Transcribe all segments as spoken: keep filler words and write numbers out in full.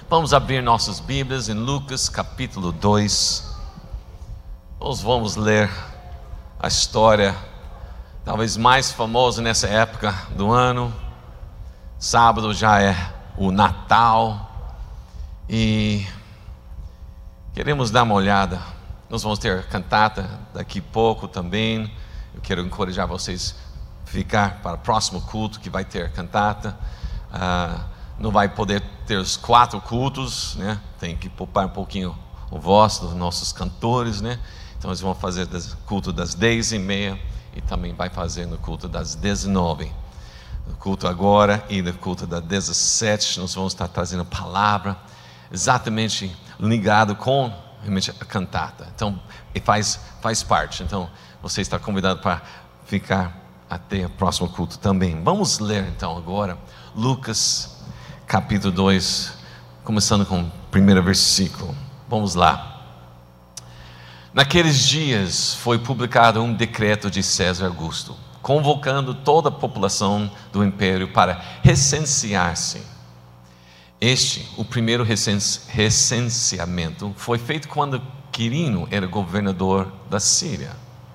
Vamos abrir nossas Bíblias em Lucas capítulo dois. Nós vamos ler a história talvez mais famosa nessa época do ano. Sábado já é o Natal e queremos dar uma olhada. Nós vamos ter cantata daqui a pouco também. Eu quero encorajar vocês a ficar para o próximo culto que vai ter cantata. Ah, não vai poder ter os quatro cultos, né? Tem que poupar um pouquinho o voz dos nossos cantores, né? Então eles vão fazer o culto das dez e meia e também vai fazer no culto das dezenove. No culto agora e no culto das dezessete nós vamos estar trazendo palavra exatamente ligado com realmente a cantata. Então faz, faz parte. Então você está convidado para ficar até o próximo culto também. Vamos ler então agora Lucas capítulo dois, começando com o primeiro versículo. Vamos lá. Naqueles dias foi publicado um decreto de César Augusto, convocando toda a população do império para recensear-se. Este, o primeiro recenseamento, foi feito quando Quirino era governador da Síria.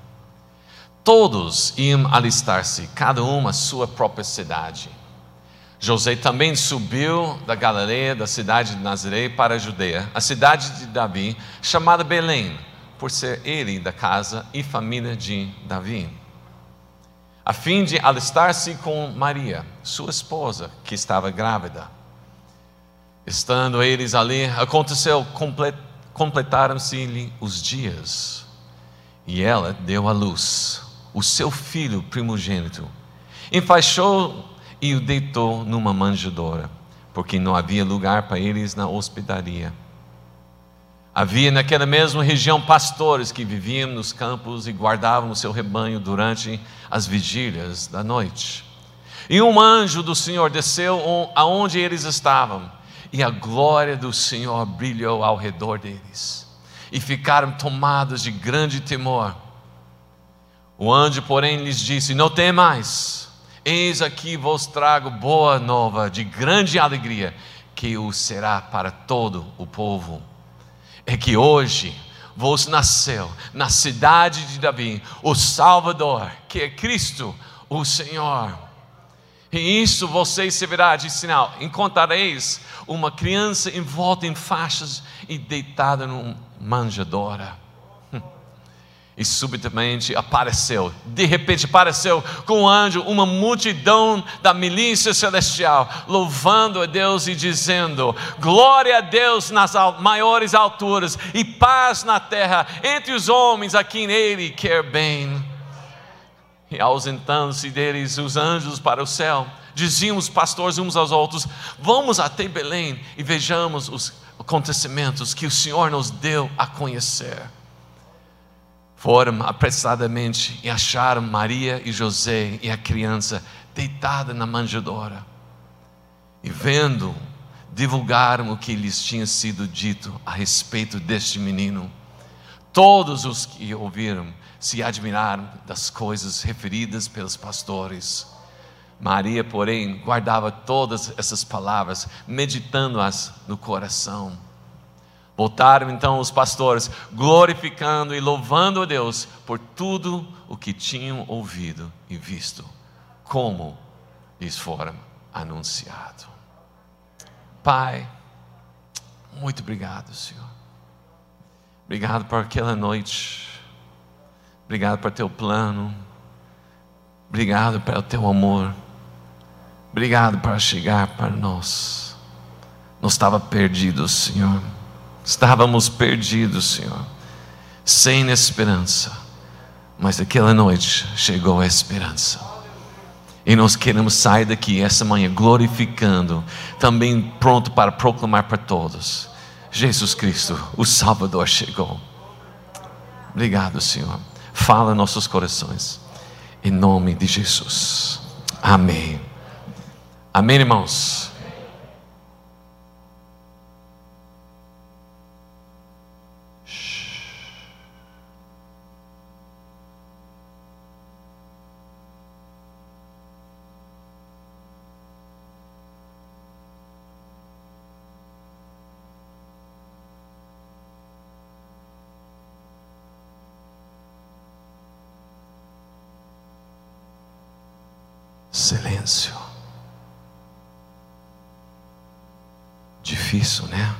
Todos iam alistar-se, cada um à sua própria cidade. José também subiu da Galileia, da cidade de Nazaré, para a Judeia, a cidade de Davi, chamada Belém, por ser ele da casa e família de Davi, a fim de alistar-se com Maria, sua esposa, que estava grávida. Estando eles ali, aconteceu, completaram-se-lhe os dias, e ela deu à luz o seu filho primogênito, enfaixou e o deitou numa manjedoura, porque não havia lugar para eles na hospedaria. Havia naquela mesma região pastores que viviam nos campos e guardavam o seu rebanho durante as vigílias da noite. E um anjo do Senhor desceu aonde eles estavam, e a glória do Senhor brilhou ao redor deles, e ficaram tomados de grande temor. O anjo, porém, lhes disse: não temais, eis aqui vos trago boa nova de grande alegria, que o será para todo o povo. É que hoje vos nasceu na cidade de Davi o Salvador, que é Cristo o Senhor. E isso vocês servirá de sinal: encontrareis uma criança envolta em faixas e deitada numa manjedoura. E subitamente apareceu, de repente apareceu com um anjo uma multidão da milícia celestial, louvando a Deus e dizendo: glória a Deus nas maiores alturas e paz na terra entre os homens a quem Ele quer bem. E ausentando-se deles os anjos para o céu, diziam os pastores uns aos outros: vamos até Belém e vejamos os acontecimentos que o Senhor nos deu a conhecer. Foram apressadamente e acharam Maria e José e a criança deitada na manjedoura. E vendo, divulgaram o que lhes tinha sido dito a respeito deste menino. Todos os que ouviram se admiraram das coisas referidas pelos pastores. Maria, porém, guardava todas essas palavras, meditando-as no coração. Voltaram então os pastores, glorificando e louvando a Deus por tudo o que tinham ouvido e visto, como lhes foram anunciado. Pai, muito obrigado, Senhor. Obrigado por aquela noite. Obrigado por teu plano. Obrigado pelo teu amor. Obrigado por chegar para nós. Nós estávamos perdidos, Senhor. Estávamos perdidos, Senhor, sem esperança, mas naquela noite chegou a esperança, e nós queremos sair daqui essa manhã glorificando, também pronto para proclamar para todos: Jesus Cristo, o Salvador, chegou. Obrigado, Senhor. Fala em nossos corações, em nome de Jesus. Amém. Amém, irmãos. silêncio. Difícil, né?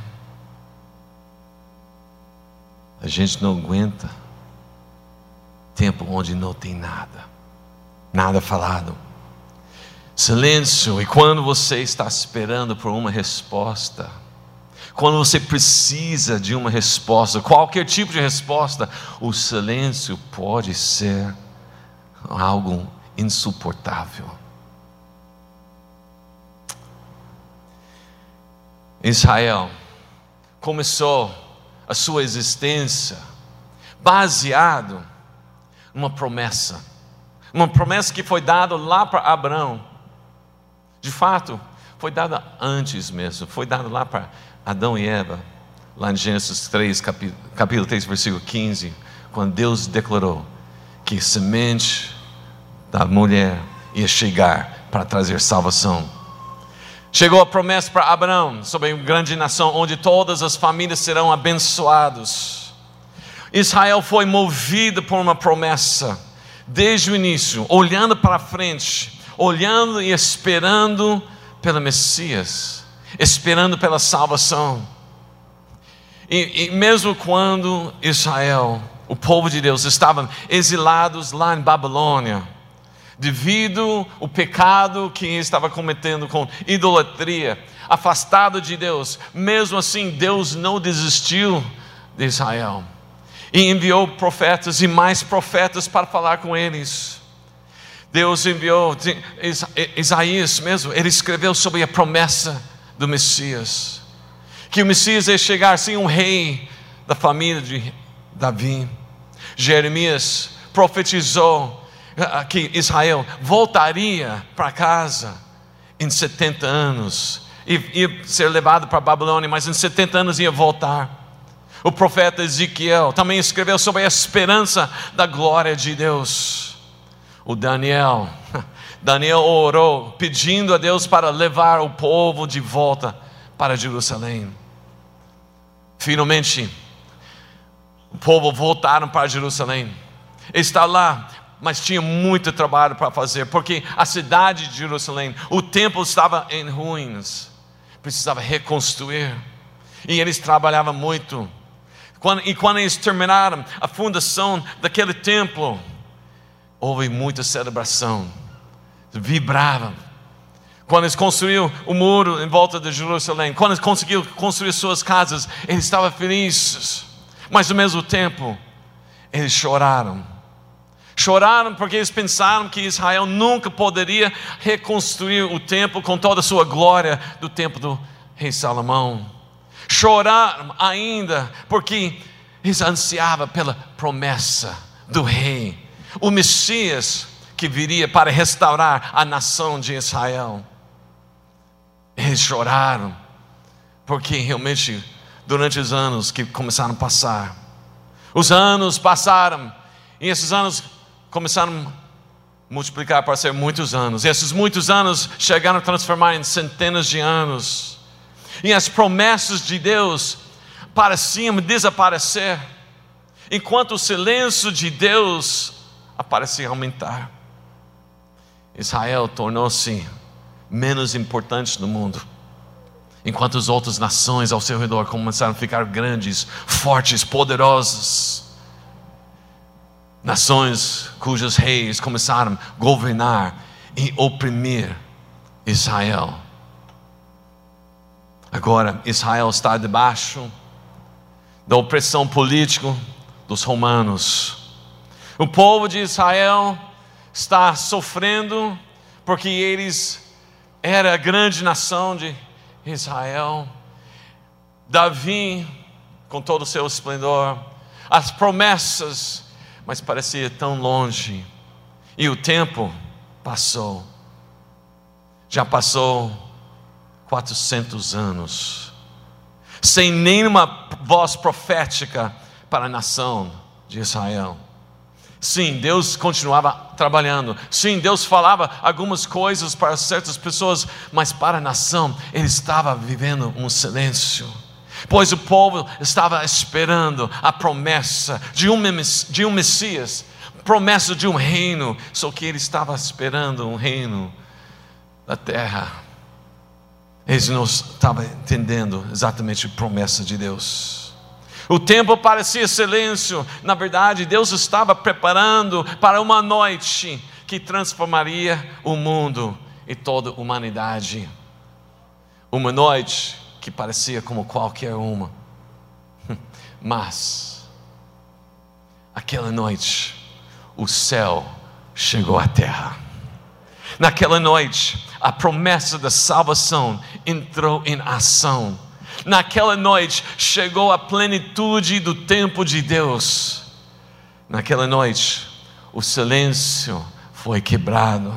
A gente não aguenta tempo onde não tem nada, nada falado. Silêncio. E quando você está esperando por uma resposta, quando você precisa de uma resposta, qualquer tipo de resposta, o silêncio pode ser algo insuportável. Israel começou a sua existência baseado numa promessa, uma promessa que foi dada lá para Abraão. De fato, foi dada antes mesmo, foi dada lá para Adão e Eva, lá em Gênesis três, capítulo, capítulo três, versículo quinze, quando Deus declarou que a semente da mulher ia chegar para trazer salvação. Chegou a promessa para Abraão sobre uma grande nação, onde todas as famílias serão abençoadas. Israel foi movido por uma promessa, desde o início, olhando para frente, olhando e esperando pelo Messias, esperando pela salvação. E, e mesmo quando Israel, o povo de Deus, estavam exilados lá em Babilônia, devido ao pecado que estava cometendo com idolatria, afastado de Deus, mesmo assim Deus não desistiu de Israel, e enviou profetas e mais profetas para falar com eles. Deus enviou Isaías mesmo, ele escreveu sobre a promessa do Messias, que o Messias ia chegar sim, um rei da família de Davi. Jeremias profetizou que Israel voltaria para casa em setenta anos, ia ser levado para a Babilônia, mas em setenta anos ia voltar. O profeta Ezequiel também escreveu sobre a esperança da glória de Deus. O Daniel, Daniel orou pedindo a Deus para levar o povo de volta para Jerusalém. Finalmente, o povo voltaram para Jerusalém. Está lá, mas tinha muito trabalho para fazer, porque a cidade de Jerusalém, o templo estava em ruínas, precisava reconstruir, e eles trabalhavam muito. Quando, e quando eles terminaram a fundação daquele templo, houve muita celebração, vibravam. Quando eles construíram o muro em volta de Jerusalém, quando eles conseguiram construir suas casas, eles estavam felizes, mas ao mesmo tempo, eles choraram. Choraram porque eles pensaram que Israel nunca poderia reconstruir o templo com toda a sua glória do templo do rei Salomão. Choraram ainda porque eles ansiavam pela promessa do rei, o Messias que viria para restaurar a nação de Israel. Eles choraram porque realmente durante os anos que começaram a passar, os anos passaram e esses anos começaram a multiplicar para ser muitos anos. E esses muitos anos chegaram a transformar em centenas de anos. E as promessas de Deus pareciam desaparecer, enquanto o silêncio de Deus parecia aumentar. Israel tornou-se menos importante no mundo, enquanto as outras nações ao seu redor começaram a ficar grandes, fortes, poderosas. Nações cujos reis começaram a governar e oprimir Israel. Agora Israel está debaixo da opressão política dos romanos. O povo de Israel está sofrendo porque eles eram a grande nação de Israel. Davi, com todo o seu esplendor, as promessas, mas parecia tão longe. E o tempo passou. Já passou quatrocentos anos, sem nenhuma voz profética para a nação de Israel. Sim, Deus continuava trabalhando. Sim, Deus falava algumas coisas para certas pessoas, mas para a nação, Ele estava vivendo um silêncio. Pois o povo estava esperando a promessa de um, de um Messias, promessa de um reino, só que ele estava esperando um reino da terra. Eles não estavam entendendo exatamente a promessa de Deus. O tempo parecia silêncio. Na verdade, Deus estava preparando para uma noite que transformaria o mundo e toda a humanidade. Uma noite que parecia como qualquer uma. Mas, aquela noite, o céu chegou à terra. Naquela noite, a promessa da salvação entrou em ação. Naquela noite, chegou a plenitude do tempo de Deus. Naquela noite, o silêncio foi quebrado.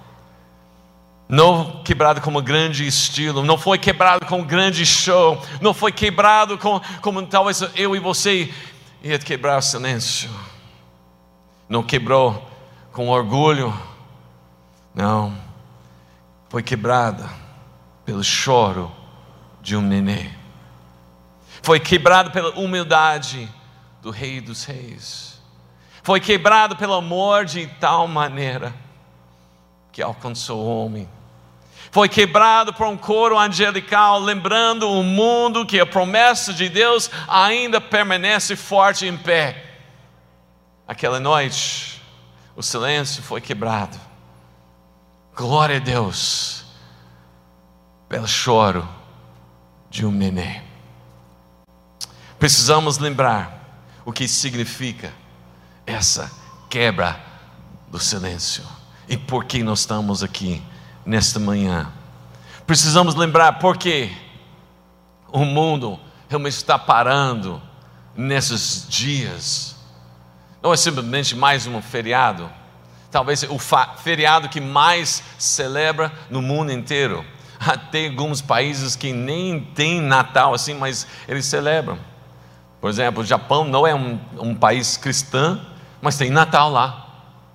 Não quebrado como grande estilo, não foi quebrado com grande show, não foi quebrado com, como talvez eu e você ia quebrar o silêncio. Não quebrou com orgulho, não, foi quebrada pelo choro de um nenê. Foi quebrado pela humildade do Rei dos Reis. Foi quebrado pelo amor de tal maneira que alcançou o homem. Foi quebrado por um coro angelical, lembrando o mundo que a promessa de Deus ainda permanece forte em pé. Aquela noite, o silêncio foi quebrado. Glória a Deus pelo choro de um nenê. Precisamos lembrar o que significa essa quebra do silêncio e por que nós estamos aqui nesta manhã. Precisamos lembrar por que o mundo realmente está parando nesses dias. Não é simplesmente mais um feriado, talvez o feriado que mais celebra no mundo inteiro. Tem alguns países que nem tem Natal assim, mas eles celebram. Por exemplo, o Japão não é um, um país cristão, mas tem Natal lá.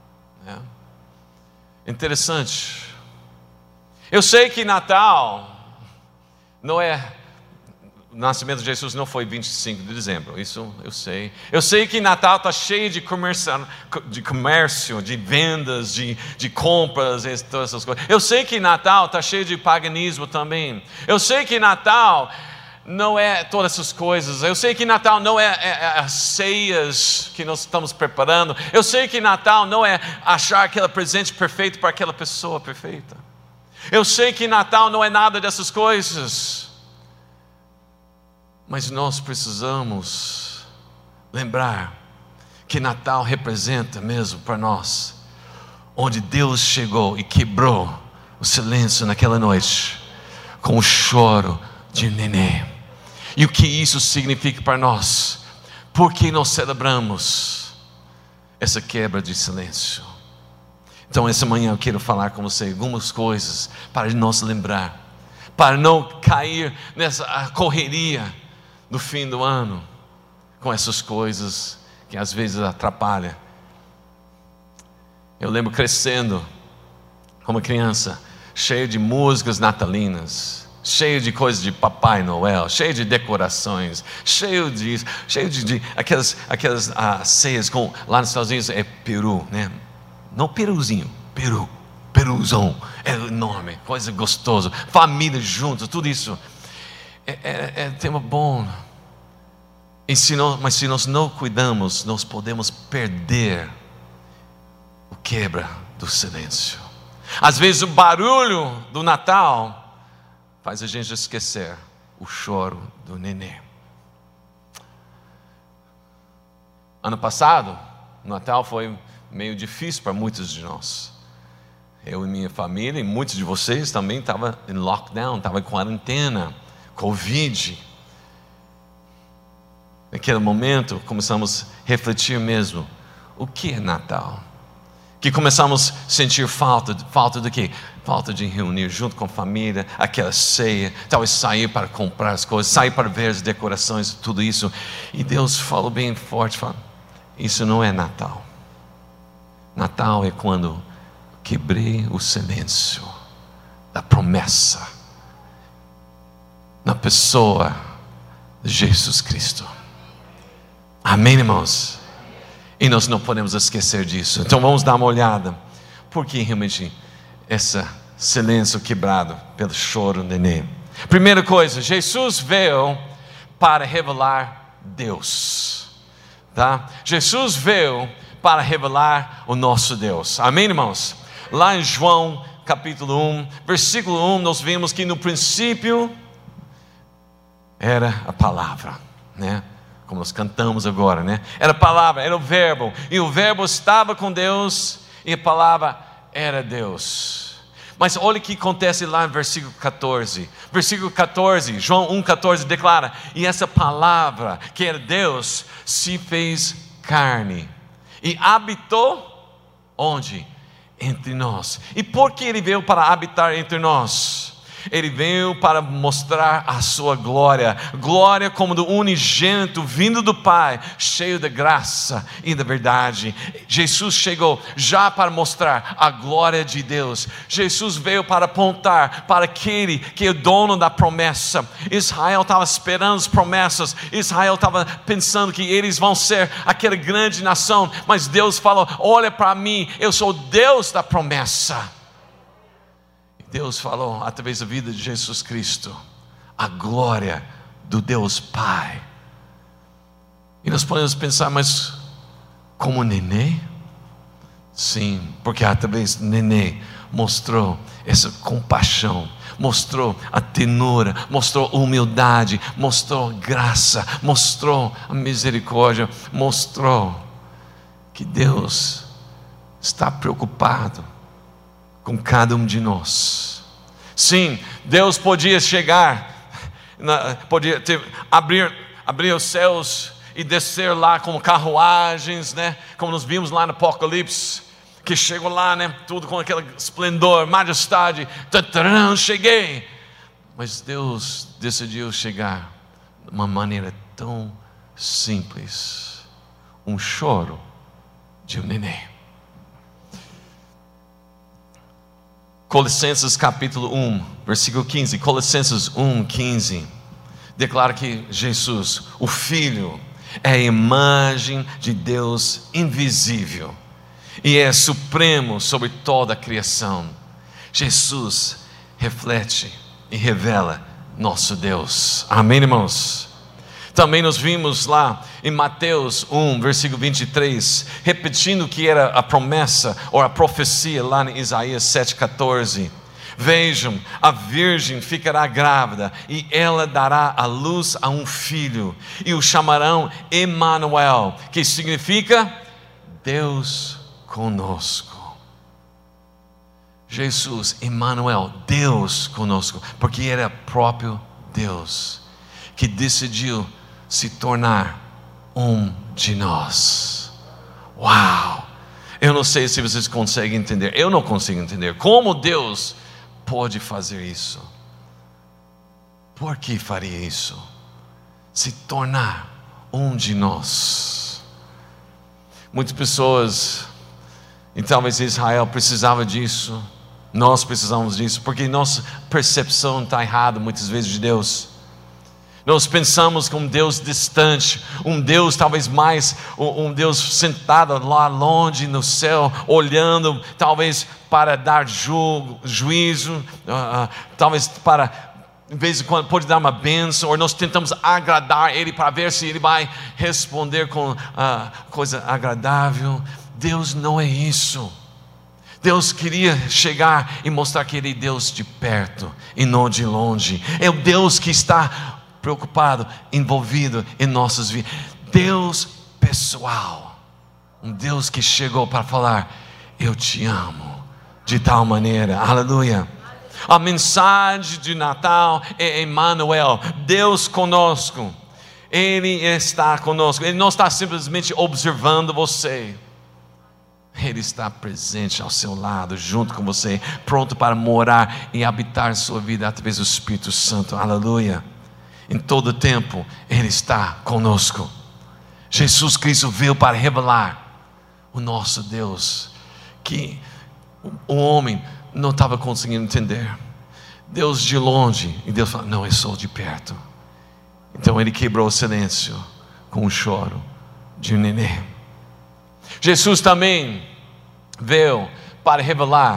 É interessante. Eu sei que Natal não é, o nascimento de Jesus não foi vinte e cinco de dezembro, isso eu sei. Eu sei que Natal está cheio de comércio, de comércio, de vendas, de, de compras, e todas essas coisas. Eu sei que Natal está cheio de paganismo também. Eu sei que Natal não é todas essas coisas. Eu sei que Natal não é, é, é as ceias que nós estamos preparando. Eu sei que Natal não é achar aquele presente perfeito para aquela pessoa perfeita. Eu sei que Natal não é nada dessas coisas. Mas nós precisamos lembrar que Natal representa mesmo para nós, onde Deus chegou e quebrou o silêncio naquela noite, com o choro de um nenê. E o que isso significa para nós? Por que nós celebramos essa quebra de silêncio? Então essa manhã eu quero falar com você algumas coisas para nós lembrar, para não cair nessa correria no fim do ano, com essas coisas que às vezes atrapalham. Eu lembro crescendo como criança, cheio de músicas natalinas, cheio de coisas de Papai Noel, cheio de decorações, cheio de, cheio de, de aquelas, aquelas ah, ceias com, lá nos Estados Unidos é peru, né? Não peruzinho, peru, peruzão, é enorme, coisa gostosa, família juntos, tudo isso é, é, é tema bom. E se nós, mas se nós não cuidamos, nós podemos perder o quebra do silêncio. Às vezes o barulho do Natal faz a gente esquecer o choro do nenê. Ano passado, o Natal foi meio difícil para muitos de nós. Eu e minha família, e muitos de vocês também estavam em lockdown, estavam em quarentena, Covid. Naquele momento, começamos a refletir mesmo, o que é Natal? Que começamos a sentir falta, falta do quê? Falta de reunir junto com a família, aquela ceia, talvez sair para comprar as coisas, sair para ver as decorações, tudo isso. E Deus falou bem forte, falou, isso não é Natal. Natal é quando quebrei o silêncio da promessa na pessoa de Jesus Cristo. Amém, irmãos? E nós não podemos esquecer disso. Então vamos dar uma olhada. Por que realmente essa silêncio quebrado pelo choro do nenê. Primeira coisa, Jesus veio para revelar Deus, tá? Jesus veio para revelar o nosso Deus, amém, irmãos? Lá em João capítulo um, versículo um, nós vemos que no princípio era a palavra, né? Como nós cantamos agora, né? Era a palavra, era o verbo, e o verbo estava com Deus, e a palavra era Deus. Mas olha o que acontece lá no versículo catorze. Versículo catorze, João um, catorze declara: e essa palavra, que era Deus, se fez carne e habitou onde? Entre nós. E por que Ele veio para habitar entre nós? Ele veio para mostrar a sua glória, glória como do unigênito vindo do Pai, cheio de graça e da verdade. Jesus chegou já para mostrar a glória de Deus. Jesus veio para apontar para aquele que é o dono da promessa. Israel estava esperando as promessas, Israel estava pensando que eles vão ser aquela grande nação, mas Deus falou: olha para mim, eu sou o Deus da promessa. Deus falou através da vida de Jesus Cristo, a glória do Deus Pai. E nós podemos pensar, mas como nenê? Sim, porque através do nenê mostrou essa compaixão, mostrou a tenura, mostrou humildade, mostrou graça, mostrou a misericórdia, mostrou que Deus está preocupado com cada um de nós. Sim, Deus podia chegar, podia ter, abrir, abrir os céus e descer lá com carruagens, né? Como nós vimos lá no Apocalipse, que chegou lá, né? Tudo com aquele esplendor, majestade, tataram, cheguei. Mas Deus decidiu chegar de uma maneira tão simples, um choro de um nenê. Colossenses capítulo um, versículo quinze, Colossenses um, quinze, declara que Jesus, o Filho, é a imagem de Deus invisível e é supremo sobre toda a criação. Jesus reflete e revela nosso Deus, amém, irmãos? Também nós vimos lá em Mateus um, versículo vinte e três, repetindo que era a promessa ou a profecia lá em Isaías sete, catorze. Vejam, a virgem ficará grávida e ela dará à luz a um filho e o chamarão Emanuel, que significa Deus conosco. Jesus, Emanuel, Deus conosco, porque Ele é próprio Deus, que decidiu se tornar um de nós. Uau! Eu não sei se vocês conseguem entender, eu não consigo entender como Deus pode fazer isso. Por que faria isso? Se tornar um de nós. Muitas pessoas, e talvez Israel precisava disso, nós precisamos disso, porque nossa percepção está errada muitas vezes de Deus. Nós pensamos que um Deus distante, um Deus talvez mais, um Deus sentado lá longe no céu, olhando talvez para dar ju, juízo, uh, uh, talvez para, de vez em quando, pode dar uma bênção, ou nós tentamos agradar Ele para ver se Ele vai responder com uh, coisa agradável. Deus não é isso. Deus queria chegar e mostrar que Ele é Deus de perto e não de longe. É o Deus que está preocupado, envolvido em nossas vidas. Deus pessoal, um Deus que chegou para falar: eu te amo, de tal maneira, aleluia. A mensagem de Natal é Emmanuel, Deus conosco. Ele está conosco, Ele não está simplesmente observando você, Ele está presente ao seu lado, junto com você, pronto para morar e habitar sua vida através do Espírito Santo, aleluia. Em todo tempo Ele está conosco. Jesus Cristo veio para revelar o nosso Deus, que o homem não estava conseguindo entender. Deus de longe, e Deus fala: não, eu sou de perto. Então Ele quebrou o silêncio com o choro de um nenê. Jesus também veio para revelar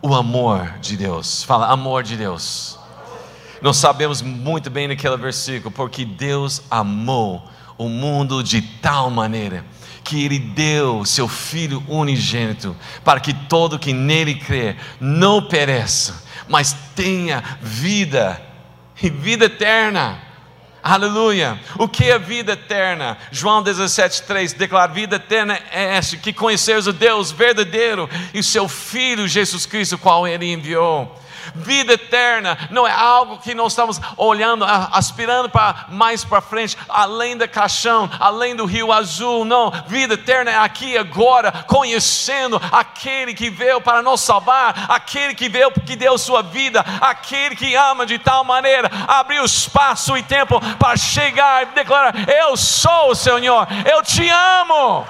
o amor de Deus. Fala, amor de Deus. Nós sabemos muito bem naquele versículo, porque Deus amou o mundo de tal maneira que Ele deu seu Filho unigênito, para que todo que nele crê não pereça, mas tenha vida, e vida eterna. Aleluia. O que é vida eterna? João dezessete, três declara: vida eterna é esta, que conheceres o Deus verdadeiro e seu Filho Jesus Cristo, qual Ele enviou. Vida eterna não é algo que nós estamos olhando, aspirando para mais para frente, além da caixão, além do rio azul. Não, vida eterna é aqui agora, conhecendo aquele que veio para nos salvar, aquele que veio, que deu sua vida, aquele que ama de tal maneira, abriu espaço e tempo para chegar e declarar: eu sou o Senhor, eu te amo.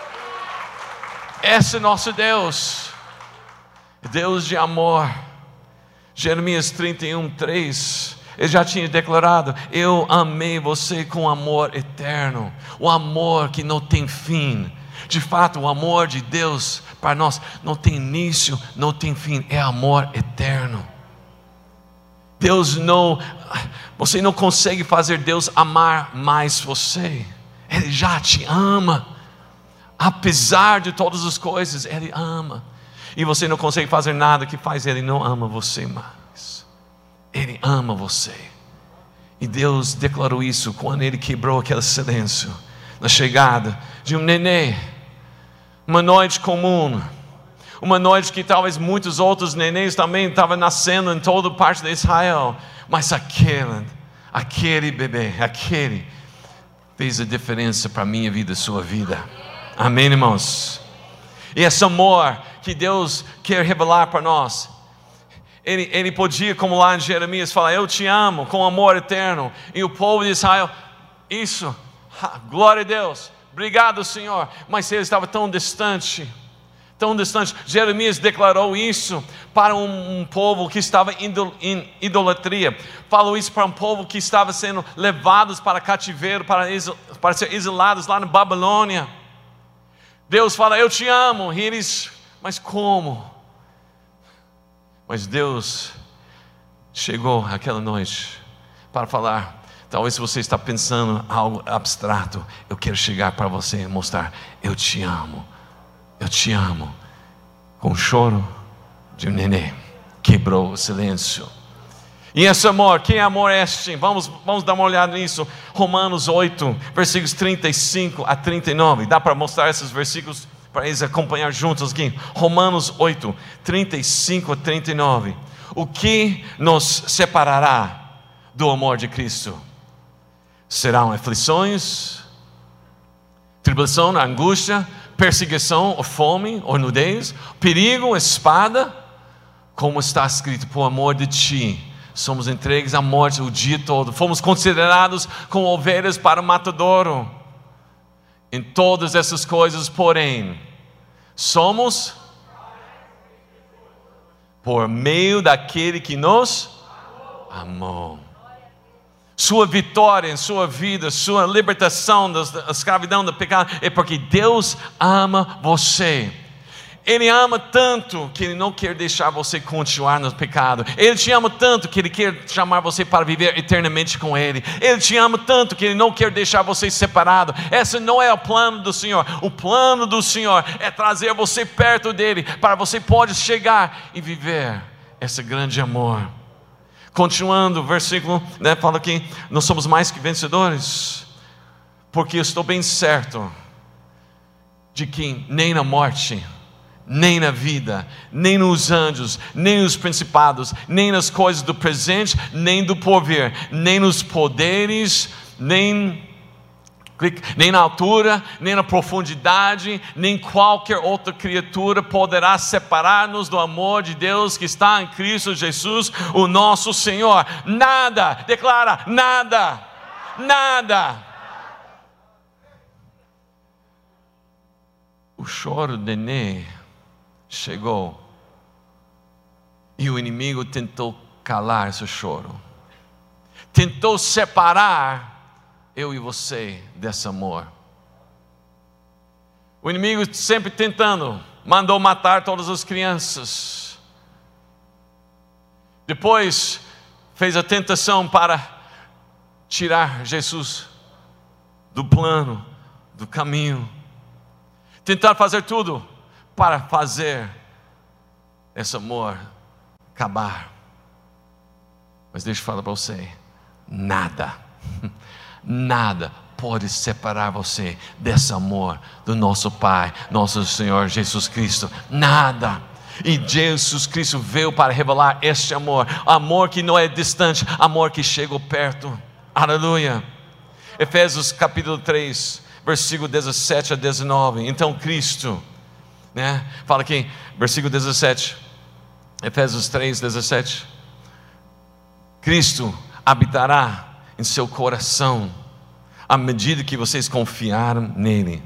Esse é nosso Deus, Deus de amor. Jeremias trinta e um, três, ele já tinha declarado: eu amei você com amor eterno, o amor que não tem fim. De fato, o amor de Deus para nós não tem início, não tem fim, é amor eterno. Deus não, você não consegue fazer Deus amar mais você, Ele já te ama, apesar de todas as coisas, Ele ama. E você não consegue fazer nada que faz Ele não ama você mais. Ele ama você. E Deus declarou isso quando Ele quebrou aquele silêncio na chegada de um nenê. Uma noite comum, uma noite que talvez muitos outros nenês também estavam nascendo em toda parte de Israel, mas aquele, aquele bebê, aquele fez a diferença para a minha vida e sua vida. Amém, irmãos? E esse amor que Deus quer revelar para nós, ele, ele podia, como lá em Jeremias, falar: eu te amo com amor eterno. E o povo de Israel, isso, glória a Deus, obrigado Senhor. Mas ele estava tão distante, tão distante. Jeremias declarou isso para um, um povo que estava em idolatria. Falou isso para um povo que estava sendo levados para cativeiro, para, para ser exilados lá na Babilônia. Deus fala: eu te amo. E eles: mas como? Mas Deus chegou aquela noite para falar: talvez você está pensando algo abstrato, eu quero chegar para você e mostrar: eu te amo, eu te amo. Com o choro de um nenê, quebrou o silêncio. E esse amor, que amor é este? Vamos, vamos dar uma olhada nisso. Romanos oito, versículos trinta e cinco a trinta e nove. Dá para mostrar esses versículos para eles acompanhar juntos aqui? Romanos oito, trinta e cinco a trinta e nove. O que nos separará do amor de Cristo? Serão aflições, tribulação, angústia, perseguição, ou fome, ou nudez, perigo, espada? Como está escrito: por amor de ti somos entregues à morte o dia todo, fomos considerados como ovelhas para o matadouro. Em todas essas coisas, porém, somos por meio daquele que nos amou. Sua vitória em sua vida, sua libertação da escravidão do pecado, é porque Deus ama você. Ele ama tanto que Ele não quer deixar você continuar no pecado. Ele te ama tanto que Ele quer chamar você para viver eternamente com Ele. Ele te ama tanto que Ele não quer deixar você separado. Esse não é o plano do Senhor. O plano do Senhor é trazer você perto dEle, para você poder chegar e viver esse grande amor. Continuando o versículo, né, fala que nós somos mais que vencedores, porque eu estou bem certo de que nem na morte, nem na vida, nem nos anjos, nem nos principados, nem nas coisas do presente, nem do porvir, nem nos poderes, nem, nem na altura, nem na profundidade, nem qualquer outra criatura poderá separar-nos do amor de Deus que está em Cristo Jesus, o nosso Senhor. Nada, declara, nada, nada. O choro de nenê chegou, e o inimigo tentou calar esse choro, tentou separar eu e você desse amor. O inimigo sempre tentando, mandou matar todas as crianças, Depois fez a tentação para tirar Jesus do plano, do caminho. Tentar fazer tudo para fazer esse amor acabar. Mas deixa eu falar para você, nada, nada pode separar você desse amor do nosso Pai, nosso Senhor Jesus Cristo. Nada. E Jesus Cristo veio para revelar este amor, amor que não é distante, amor que chega perto. Aleluia. Efésios capítulo três, versículo dezessete a dezenove. Então Cristo, né? Fala aqui, versículo dezessete, Efésios três, dezessete. Cristo habitará em seu coração, à medida que vocês confiaram nele.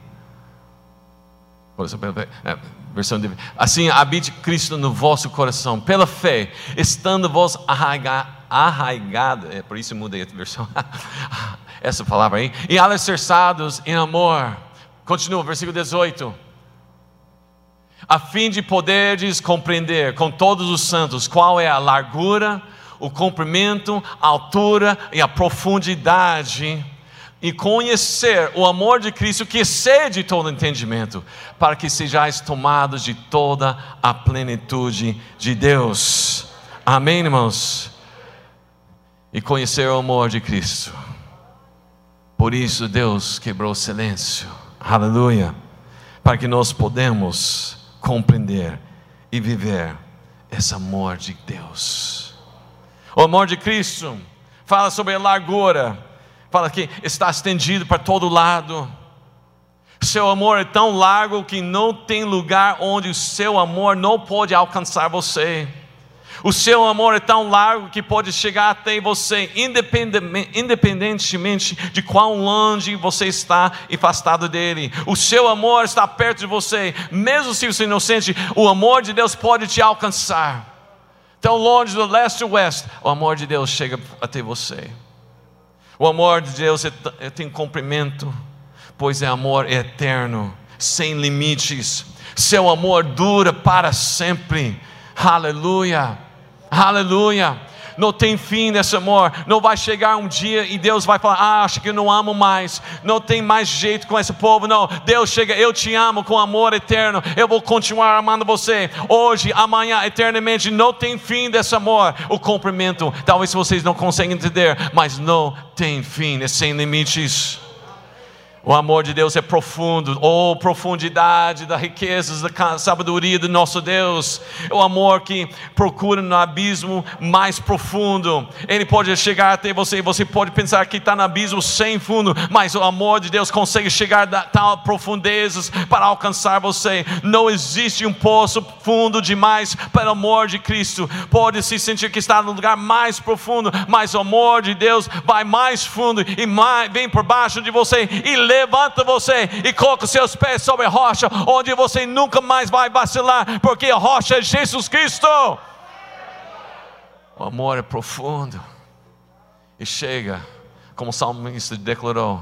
Versão de... Assim habite Cristo no vosso coração, pela fé, estando vós arraigado, arraigado, é por isso eu mudei a versão, essa palavra aí, e alicerçados em amor. Continua, versículo dezoito. A fim de poderdes compreender com todos os santos qual é a largura, o comprimento, a altura e a profundidade, e conhecer o amor de Cristo que excede todo entendimento, para que sejais tomados de toda a plenitude de Deus. Amém, irmãos? E conhecer o amor de Cristo. Por isso Deus quebrou o silêncio. Aleluia. Para que nós podemos compreender e viver esse amor de Deus. O amor de Cristo fala sobre a largura, fala que está estendido para todo lado. Seu amor é tão largo que não tem lugar onde o seu amor não pode alcançar você. O seu amor é tão largo que pode chegar até você, independentemente de quão longe você está afastado dele. O seu amor está perto de você, mesmo se você não sente, o amor de Deus pode te alcançar. Tão longe do leste ou oeste, o amor de Deus chega até você. O amor de Deus é, é, tem comprimento, pois é amor eterno, sem limites. Seu amor dura para sempre. Aleluia, aleluia. Não tem fim nesse amor. Não vai chegar um dia e Deus vai falar: ah, acho que eu não amo mais, não tem mais jeito com esse povo. Não, Deus chega: eu te amo com amor eterno, eu vou continuar amando você, hoje, amanhã, eternamente. Não tem fim desse amor. O comprimento, talvez vocês não conseguem entender, mas não tem fim, é sem limites. O amor de Deus é profundo. Oh, profundidade das riquezas, da sabedoria do nosso Deus. O amor que procura no abismo mais profundo. Ele pode chegar até você, você pode pensar que está no abismo sem fundo, mas o amor de Deus consegue chegar a tal profundezas para alcançar você. Não existe um poço fundo demais para o amor de Cristo. Pode se sentir que está no lugar mais profundo, mas o amor de Deus vai mais fundo e mais, vem por baixo de você e levanta você e coloca os seus pés sobre a rocha, onde você nunca mais vai vacilar, porque a rocha é Jesus Cristo. O amor é profundo e chega, como o salmista declarou: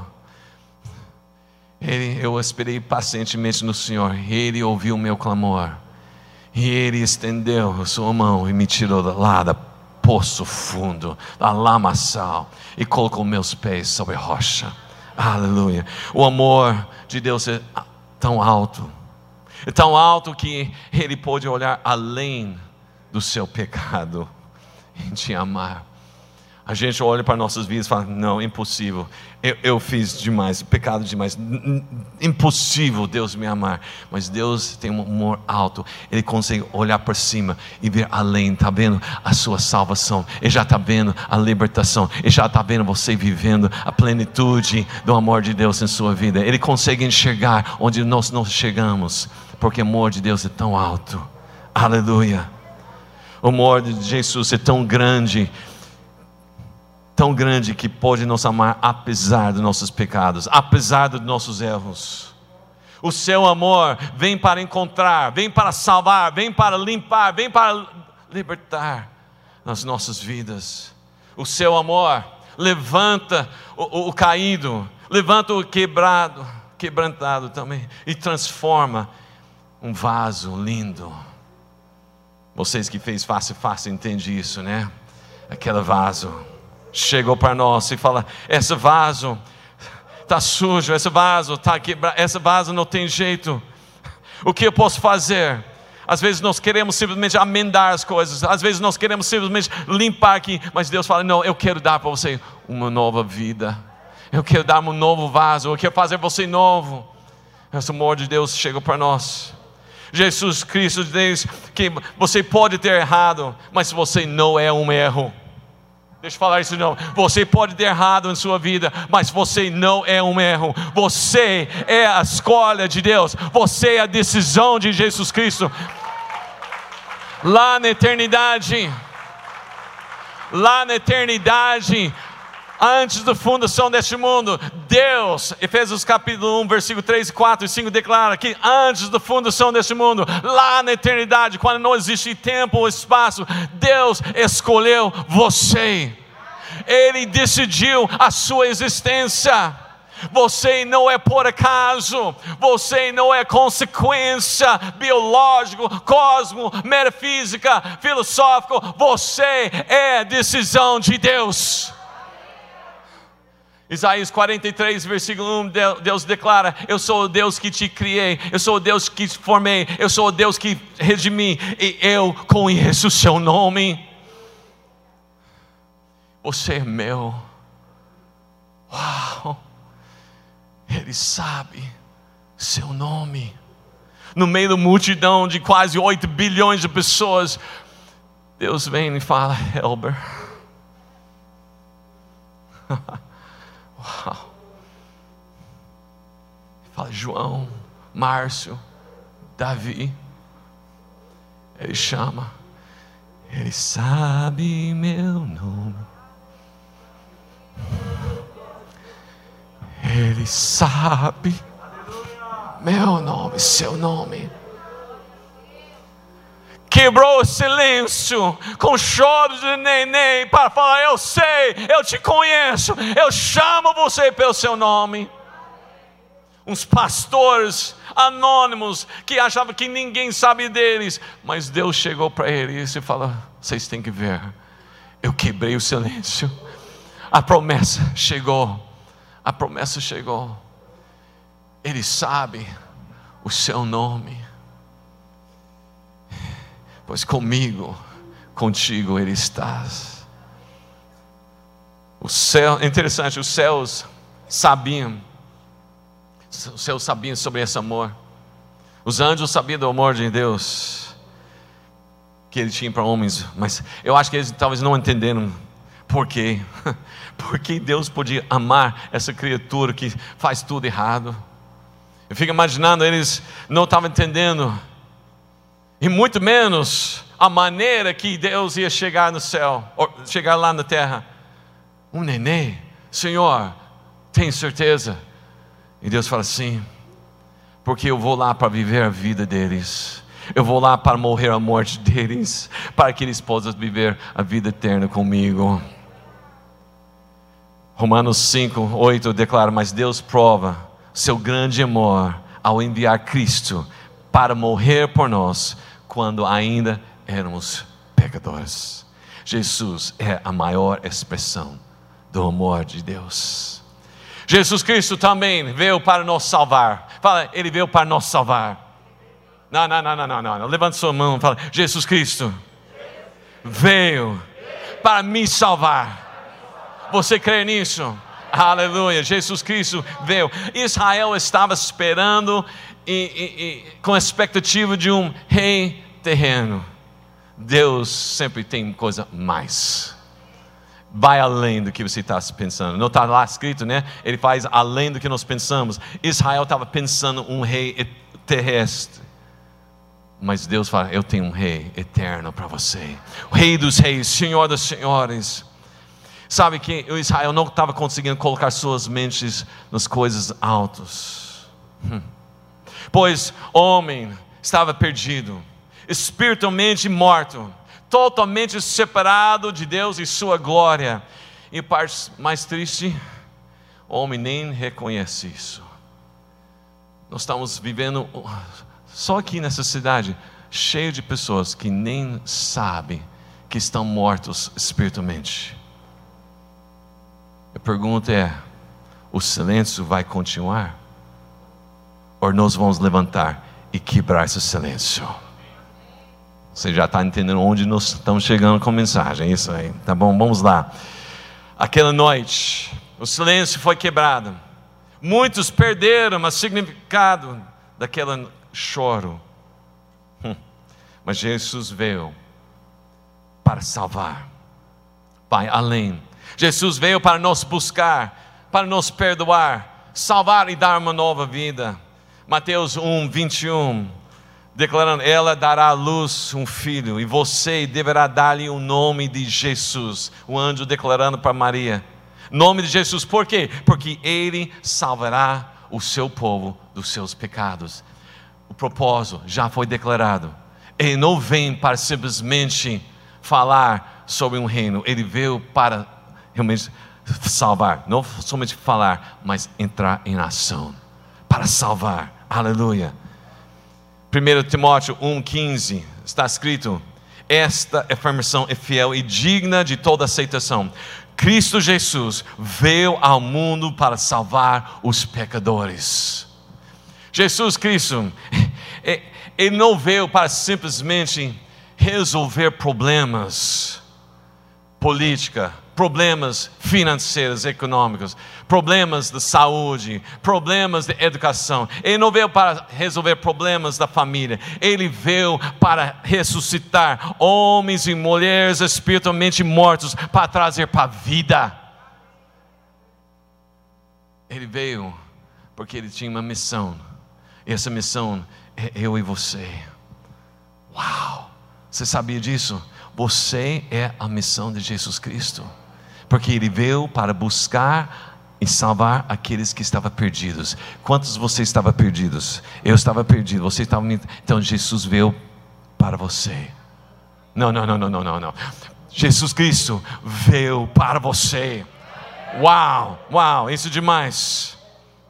ele, eu esperei pacientemente no Senhor, e Ele ouviu o meu clamor, e Ele estendeu a sua mão e me tirou lá da poço fundo, da lamaçal, e colocou meus pés sobre a rocha. Aleluia. O amor de Deus é tão alto, é tão alto que Ele pode olhar além do seu pecado e te amar. A gente olha para nossas vidas e fala: não, impossível, eu, eu fiz demais, pecado demais, impossível Deus me amar. Mas Deus tem um amor alto, Ele consegue olhar para cima e ver além. Está vendo a sua salvação, Ele já está vendo a libertação, Ele já está vendo você vivendo a plenitude do amor de Deus em sua vida. Ele consegue enxergar onde nós não chegamos, porque o amor de Deus é tão alto. Aleluia. O amor de Jesus é tão grande, tão grande que pode nos amar apesar dos nossos pecados, apesar dos nossos erros. O seu amor vem para encontrar, vem para salvar, vem para limpar, vem para libertar nas nossas vidas. O seu amor levanta o, o, o caído, levanta o quebrado, quebrantado também, e transforma um vaso lindo, Vocês que fez fácil, fácil, entende isso, né? Aquele vaso chegou para nós e fala: esse vaso está sujo, esse vaso está quebrado, esse vaso não tem jeito. O que eu posso fazer? Às vezes nós queremos simplesmente amendar as coisas, às vezes nós queremos simplesmente limpar aqui, mas Deus fala: não, eu quero dar para você uma nova vida, eu quero dar um novo vaso, eu quero fazer você novo. Esse amor de Deus chegou para nós. Jesus Cristo diz que você pode ter errado, mas você não é um erro. Deixa eu falar isso não. Você pode ter errado em sua vida, mas você não é um erro. Você é a escolha de Deus. Você é a decisão de Jesus Cristo. Lá na eternidade, lá na eternidade, antes da fundação deste mundo, Deus, Efésios capítulo um, versículo três, quatro e cinco, declara que antes da fundação deste mundo, lá na eternidade, quando não existe tempo ou espaço, Deus escolheu você. Ele decidiu a sua existência. Você não é por acaso, você não é consequência biológica, cósmico, metafísica, filosófico, você é a decisão de Deus. Isaías quarenta e três, versículo um, Deus declara: eu sou o Deus que te criei, eu sou o Deus que te formei, eu sou o Deus que redimi, e eu conheço o seu nome. Você é meu. Uau! Ele sabe seu nome. No meio da multidão de quase oito bilhões de pessoas, Deus vem e fala: Helber. Uau. Fala: João, Márcio, Davi. Ele chama. Ele sabe meu nome. Ele sabe meu nome, seu nome. Quebrou o silêncio com choro de neném para falar: eu sei, eu te conheço, eu chamo você pelo seu nome. Uns pastores anônimos que achavam que ninguém sabe deles, mas Deus chegou para eles e falou: vocês têm que ver, eu quebrei o silêncio. A promessa chegou, a promessa chegou. Ele sabe o seu nome, pois comigo, contigo Ele está. O céu, é interessante, os céus sabiam, os céus sabiam sobre esse amor. Os anjos sabiam do amor de Deus que Ele tinha para homens, mas eu acho que eles talvez não entenderam por quê. Porque Deus podia amar essa criatura que faz tudo errado. Eu fico imaginando, eles não estavam entendendo, e muito menos a maneira que Deus ia chegar no céu, ou chegar lá na terra. Um neném, Senhor, tem certeza? E Deus fala assim: porque eu vou lá para viver a vida deles, eu vou lá para morrer a morte deles, para que eles possam viver a vida eterna comigo. Romanos cinco, oito declara: mas Deus prova seu grande amor ao enviar Cristo para morrer por nós, quando ainda éramos pecadores. Jesus é a maior expressão do amor de Deus. Jesus Cristo também veio para nos salvar. Fala: Ele veio para nos salvar. Não, não, não, não, não, não. Levante sua mão e fala: Jesus Cristo veio para me salvar. Você crê nisso? Aleluia. Jesus Cristo veio. Israel estava esperando e, e, e, com a expectativa de um rei terreno. Deus sempre tem coisa mais. Vai além do que você está pensando. Não está lá escrito, né? Ele faz além do que nós pensamos. Israel estava pensando um rei terrestre, mas Deus fala: eu tenho um rei eterno para você, o Rei dos reis, Senhor dos senhores. Sabe que o Israel não estava conseguindo colocar suas mentes nas coisas altas, hum. pois homem estava perdido, espiritualmente morto, totalmente separado de Deus e sua glória. E parte mais triste, o homem nem reconhece isso. Nós estamos vivendo só aqui nessa cidade, cheio de pessoas que nem sabem que estão mortos espiritualmente. A pergunta é: o silêncio vai continuar? Ou nós vamos levantar e quebrar esse silêncio? Você já está entendendo onde nós estamos chegando com a mensagem? Isso aí, tá bom? Vamos lá. Aquela noite, o silêncio foi quebrado. Muitos perderam o significado daquele choro. Hum. Mas Jesus veio para salvar, vai além. Jesus veio para nos buscar, para nos perdoar, salvar e dar uma nova vida. Mateus um, vinte e um, declarando: ela dará à luz um filho, e você deverá dar-lhe o nome de Jesus. O anjo declarando para Maria: nome de Jesus, por quê? Porque ele salvará o seu povo dos seus pecados. O propósito já foi declarado. Ele não vem para simplesmente falar sobre um reino, ele veio para realmente salvar, não somente falar, mas entrar em ação, para salvar. Aleluia. primeiro Timóteo um, quinze, está escrito: esta afirmação é fiel e digna de toda aceitação. Cristo Jesus veio ao mundo para salvar os pecadores. Jesus Cristo, Ele não veio para simplesmente resolver problemas política, problemas financeiros, econômicos, problemas de saúde, problemas de educação. Ele não veio para resolver problemas da família. Ele veio para ressuscitar homens e mulheres espiritualmente mortos, para trazer para a vida. Ele veio porque ele tinha uma missão. E essa missão é eu e você. Uau! Você sabia disso? Você é a missão de Jesus Cristo, porque Ele veio para buscar e salvar aqueles que estavam perdidos. Quantos de vocês estavam perdidos? Eu estava perdido, você estava... Então Jesus veio para você. Não, não, não, não, não, não, não. Jesus Cristo veio para você. Uau, uau, isso é demais.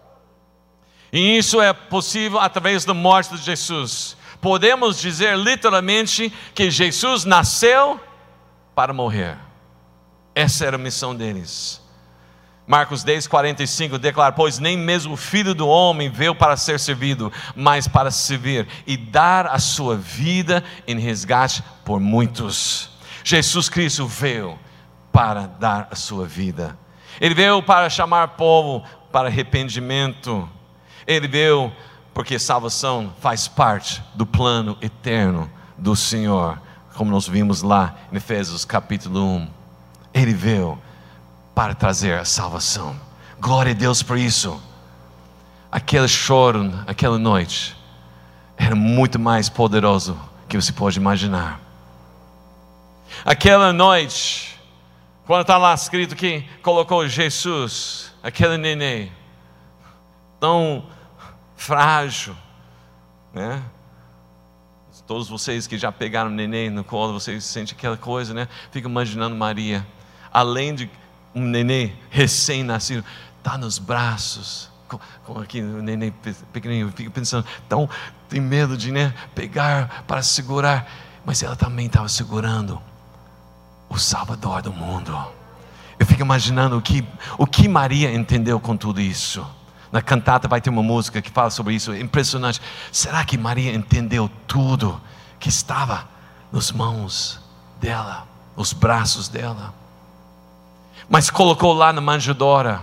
E isso é possível através da morte de Jesus. Podemos dizer literalmente que Jesus nasceu para morrer. Essa era a missão deles. Marcos dez, quarenta e cinco declara: pois nem mesmo o Filho do Homem veio para ser servido, mas para servir e dar a sua vida em resgate por muitos. Jesus Cristo veio para dar a sua vida. Ele veio para chamar o povo para arrependimento. Ele veio porque salvação faz parte do plano eterno do Senhor, como nós vimos lá em Efésios capítulo um. Ele veio para trazer a salvação. Glória a Deus por isso. Aquele choro, aquela noite, era muito mais poderoso que você pode imaginar. Aquela noite, quando está lá escrito que colocou Jesus, aquele neném, tão frágil, né? Todos vocês que já pegaram o neném no colo, vocês sentem aquela coisa, né? Fica imaginando Maria, além de um neném recém-nascido, está nos braços, com, com aqui o neném pequenininho, fica pensando, então tem medo de, né, pegar para segurar, mas ela também estava segurando o Salvador do mundo. Eu fico imaginando o que, o que Maria entendeu com tudo isso. Na cantata vai ter uma música que fala sobre isso. É impressionante. Será que Maria entendeu tudo que estava nas mãos dela, nos braços dela? Mas colocou lá na manjedoura,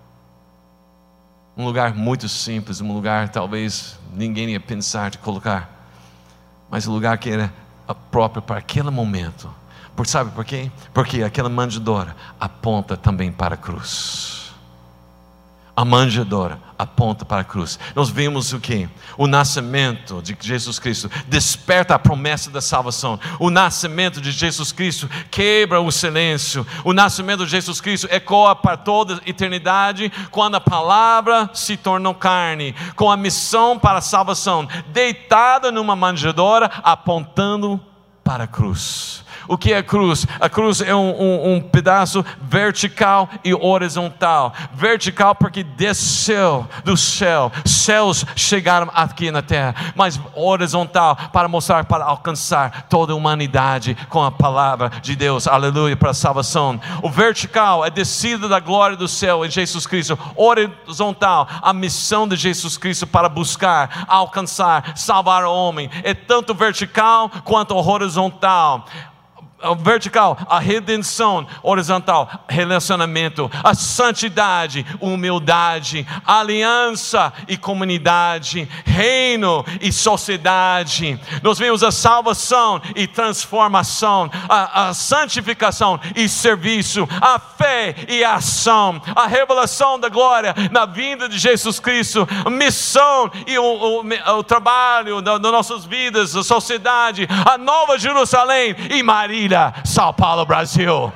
um lugar muito simples, um lugar talvez ninguém ia pensar de colocar, mas um lugar que era próprio para aquele momento. Por, sabe por quê? Porque aquela manjedoura aponta também para a cruz. A manjedoura aponta para a cruz. Nós vimos o que? O nascimento de Jesus Cristo desperta a promessa da salvação. O nascimento de Jesus Cristo quebra o silêncio. O nascimento de Jesus Cristo ecoa para toda a eternidade, quando a palavra se tornou carne, com a missão para a salvação, deitada numa manjedoura, apontando para a cruz. O que é cruz? A cruz é um, um, um pedaço vertical e horizontal. Vertical porque desceu do céu, céus chegaram aqui na terra, mas horizontal para mostrar, para alcançar toda a humanidade com a palavra de Deus, aleluia, para a salvação. O vertical é descida da glória do céu em Jesus Cristo. Horizontal, a missão de Jesus Cristo para buscar, alcançar, salvar o homem. É tanto vertical quanto horizontal. Vertical, a redenção; horizontal, relacionamento, a santidade, humildade, aliança e comunidade, reino e sociedade. Nós vemos a salvação e transformação, a, a santificação e serviço, a fé e a ação, a revelação da glória na vinda de Jesus Cristo, a missão e o, o, o trabalho das nossas vidas, a sociedade, a nova Jerusalém e Marília, São Paulo, Brasil.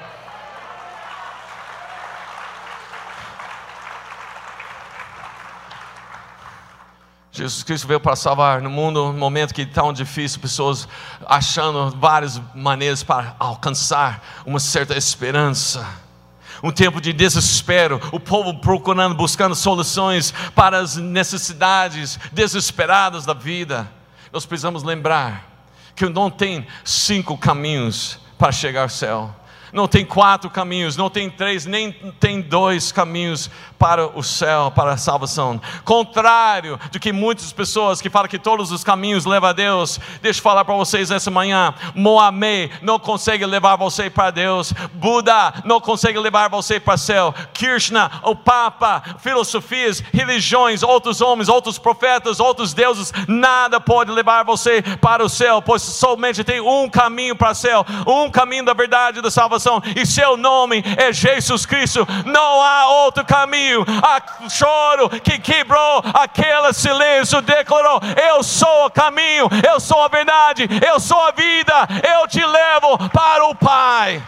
Jesus Cristo veio para salvar no mundo, no momento que é tão difícil, pessoas achando várias maneiras para alcançar uma certa esperança. Um tempo de desespero, o povo procurando, buscando soluções para as necessidades desesperadas da vida. Nós precisamos lembrar que não tem cinco caminhos para chegar ao céu. Não tem quatro caminhos, não tem três, nem tem dois caminhos para o céu, para a salvação. Contrário do que muitas pessoas que falam que todos os caminhos levam a Deus. Deixa eu falar para vocês essa manhã: Mohamed não consegue levar você para Deus. Buda não consegue levar você para o céu. Krishna, o Papa, filosofias, religiões, outros homens, outros profetas, outros deuses, nada pode levar você para o céu, pois somente tem um caminho para o céu, um caminho da verdade e da salvação, e seu nome é Jesus Cristo. Não há outro caminho. A choro que quebrou aquele silêncio, declarou: eu sou o caminho, eu sou a verdade, eu sou a vida, eu te levo para o Pai.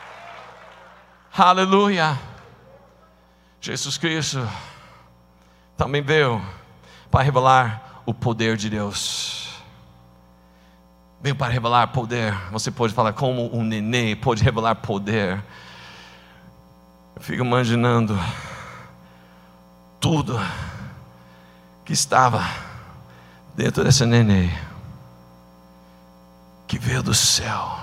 Aleluia. Jesus Cristo também veio para revelar o poder de Deus. Veio para revelar poder. Você pode falar como um nenê pode revelar poder. Eu fico imaginando tudo que estava dentro desse nenê, que veio do céu.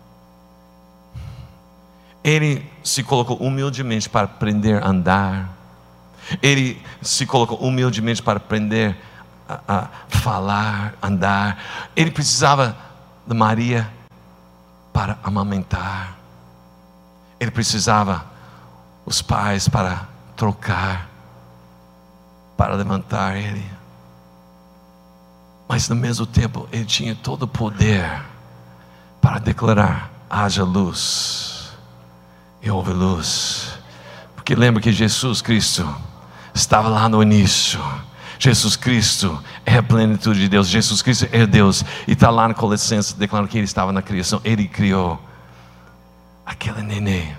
Ele se colocou humildemente para aprender a andar. Ele se colocou humildemente para aprender a, a falar, andar. Ele precisava de Maria para amamentar. Ele precisava os pais para trocar, para levantar ele. Mas no mesmo tempo ele tinha todo o poder para declarar: haja luz, e houve luz. Porque lembra que Jesus Cristo estava lá no início. Jesus Cristo é a plenitude de Deus. Jesus Cristo é Deus. E está lá no Colossenses declarando que Ele estava na criação. Ele criou aquele nenê.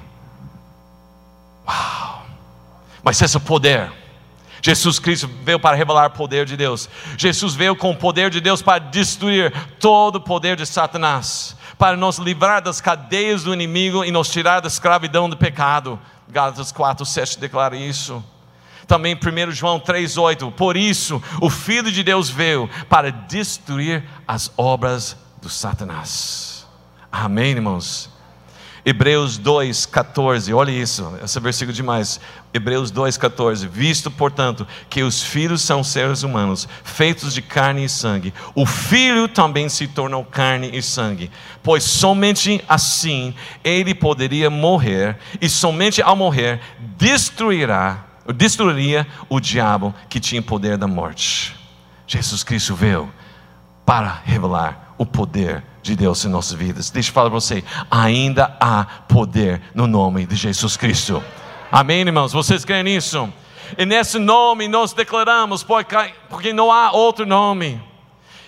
Uau! Mas esse poder, Jesus Cristo veio para revelar o poder de Deus. Jesus veio com o poder de Deus para destruir todo o poder de Satanás, para nos livrar das cadeias do inimigo e nos tirar da escravidão do pecado. Gálatas quatro, sete declara isso. Também primeiro João três, oito. Por isso o Filho de Deus veio para destruir as obras do Satanás. Amém, irmãos? Hebreus dois, catorze, olha isso, esse versículo demais. Hebreus dois, catorze. Visto, portanto, que os filhos são seres humanos, feitos de carne e sangue, o Filho também se tornou carne e sangue, pois somente assim ele poderia morrer, e somente ao morrer destruirá, destruiria o diabo que tinha poder da morte. Jesus Cristo veio para revelar o poder de Deus em nossas vidas. Deixa eu falar para você: ainda há poder no nome de Jesus Cristo. Amém, irmãos? Vocês creem nisso? E nesse nome nós declaramos, porque, porque não há outro nome.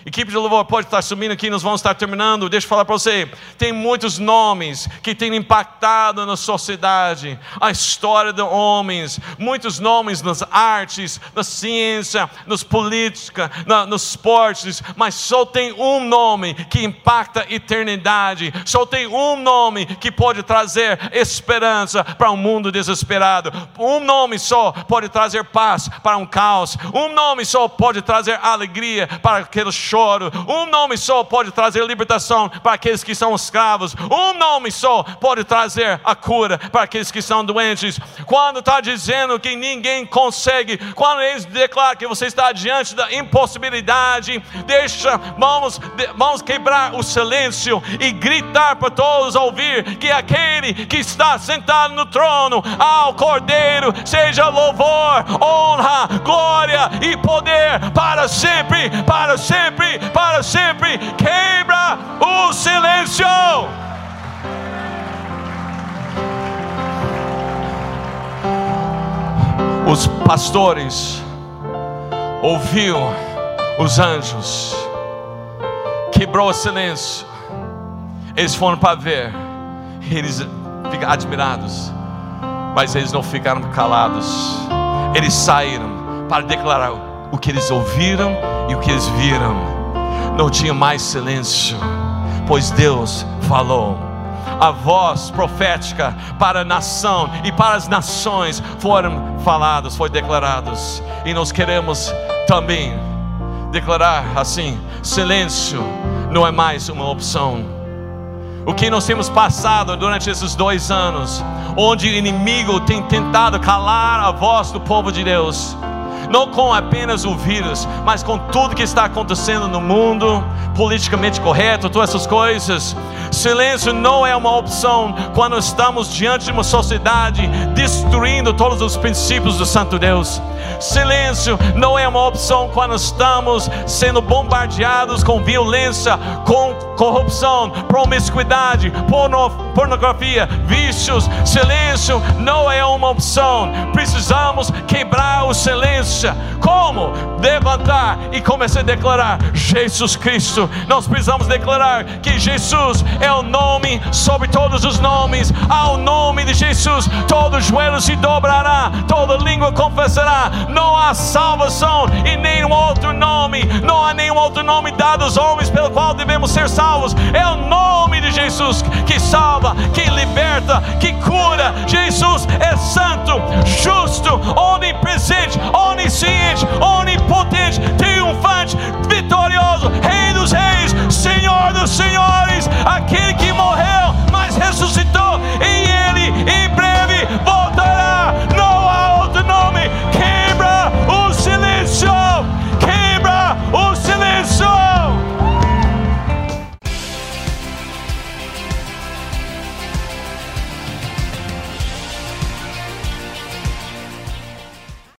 Equipe de louvor pode estar subindo aqui, nós vamos estar terminando. Deixa eu falar para você, tem muitos nomes que têm impactado na sociedade, a história de homens, muitos nomes nas artes, na ciência, nas política, na, nos esportes, mas só tem um nome que impacta a eternidade, só tem um nome que pode trazer esperança para um mundo desesperado, um nome só pode trazer paz para um caos, um nome só pode trazer alegria para aquele choro. Um nome só pode trazer libertação para aqueles que são escravos. Um nome só pode trazer a cura para aqueles que são doentes. Quando está dizendo que ninguém consegue, quando eles declaram que você está diante da impossibilidade, deixa, vamos, vamos quebrar o silêncio e gritar para todos ouvir que aquele que está sentado no trono, ao Cordeiro, seja louvor, honra, glória e poder para sempre, para sempre, para sempre. Quebra o silêncio. Os pastores ouviu os anjos, quebrou o silêncio. Eles foram para ver, eles ficaram admirados, mas eles não ficaram calados. Eles saíram para declarar o que eles ouviram e o que eles viram. Não tinha mais silêncio, pois Deus falou. A voz profética para a nação e para as nações foram faladas, foi declarados. E nós queremos também declarar assim: silêncio não é mais uma opção. O que nós temos passado durante esses dois anos, onde o inimigo tem tentado calar a voz do povo de Deus, não com apenas o vírus, mas com tudo que está acontecendo no mundo, politicamente correto, todas essas coisas. Silêncio não é uma opção quando estamos diante de uma sociedade destruindo todos os princípios do Santo Deus. Silêncio não é uma opção quando estamos sendo bombardeados com violência, com corrupção, promiscuidade, porno, pornografia, vícios. Silêncio não é uma opção. Precisamos quebrar o silêncio. Como? Levantar e começar a declarar Jesus Cristo. Nós precisamos declarar que Jesus é o nome sobre todos os nomes. Ao nome de Jesus todo joelho se dobrará, toda língua confessará. Não há salvação em nenhum outro nome. Não há nenhum outro nome dado aos homens pelo qual devemos ser salvos. É o nome de Jesus que salva, que liberta, que cura. Jesus é santo, justo, onipresente, onisciente, onipotente, triunfante, vitorioso, Rei dos reis, Senhor dos senhores.